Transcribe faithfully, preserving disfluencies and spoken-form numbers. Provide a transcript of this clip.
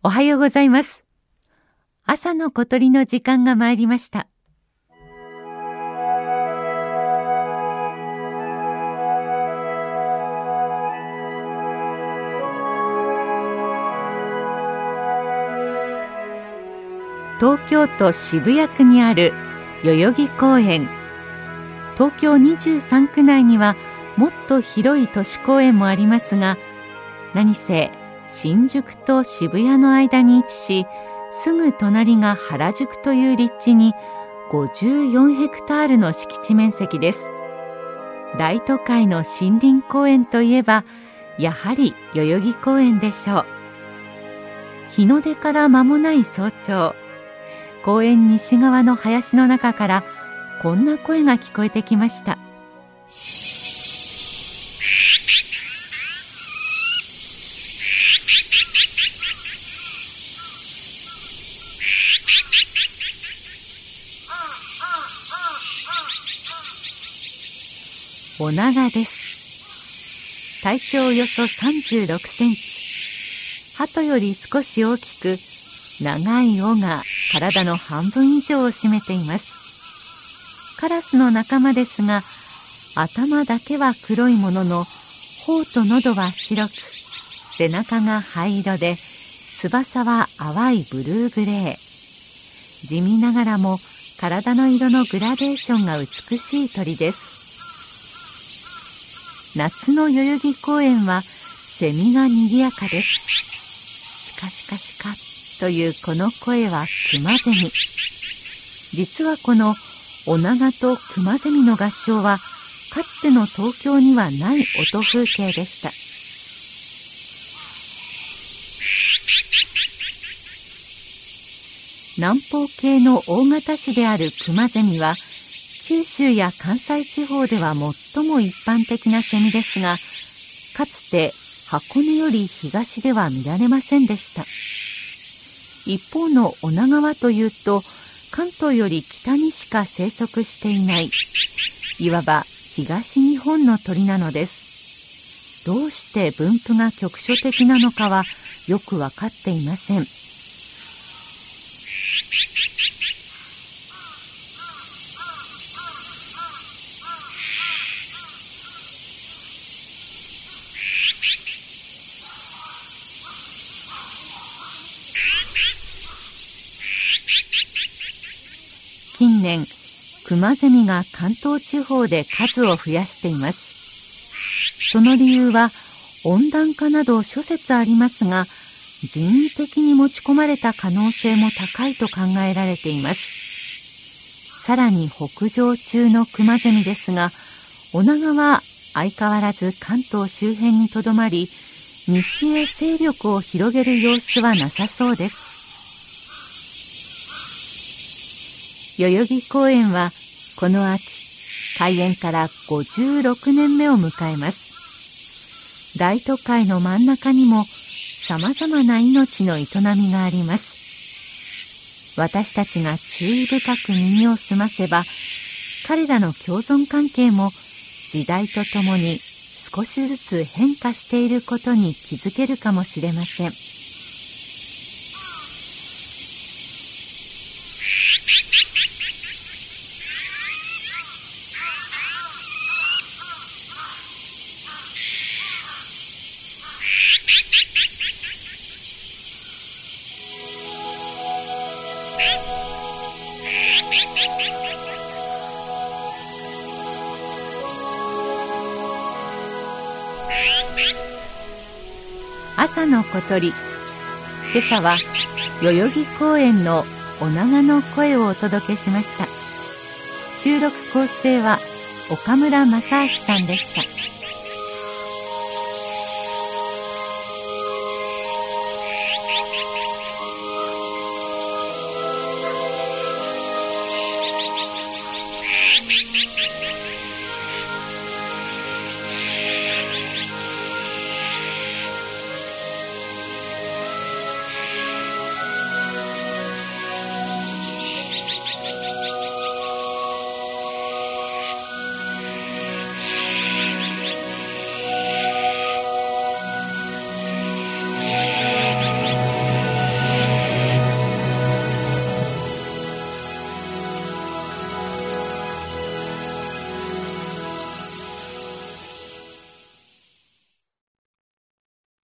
おはようございます。朝の小鳥の時間が参りました。東京都渋谷区にある代々木公園。東京にじゅうさんく内にはもっと広い都市公園もありますが、何せ新宿と渋谷の間に位置し、すぐ隣が原宿という立地にごじゅうよんヘクタールの敷地面積です。大都会の森林公園といえばやはり代々木公園でしょう。日の出から間もない早朝、公園西側の林の中からこんな声が聞こえてきました。オナガです。体長およそさんじゅうろくセンチ、鳩より少し大きく、長い尾が体の半分以上を占めています。カラスの仲間ですが、頭だけは黒いものの、頬と喉は白く、背中が灰色で、翼は淡いブルーグレー。地味ながらも体の色のグラデーションが美しい鳥です。夏の代々木公園はセミがにぎやかです。シカシカシカというこの声はクマゼミ。実はこのオナガとクマゼミの合唱はかつての東京にはない音風景でした。南方系の大型種であるクマゼミは九州や関西地方では最も一般的なセミですが、かつて箱根より東では見られませんでした。一方のオナガはというと、関東より北にしか生息していない、いわば東日本の鳥なのです。どうして分布が局所的なのかはよくわかっていません。近年、クマゼミが関東地方で数を増やしています。その理由は温暖化など諸説ありますが、人為的に持ち込まれた可能性も高いと考えられています。さらに北上中のクマゼミですが、オナガは相変わらず関東周辺にとどまり、西へ勢力を広げる様子はなさそうです。代々木公園はこの秋、開園からごじゅうろくねんめを迎えます。大都会の真ん中にもさまざまな命の営みがあります。私たちが注意深く耳を澄ませば、彼らの共存関係も時代とともに少しずつ変化していることに気づけるかもしれません。朝の小鳥。今朝は代々木公園のオナガの声をお届けしました。収録構成は岡村正明さんでした。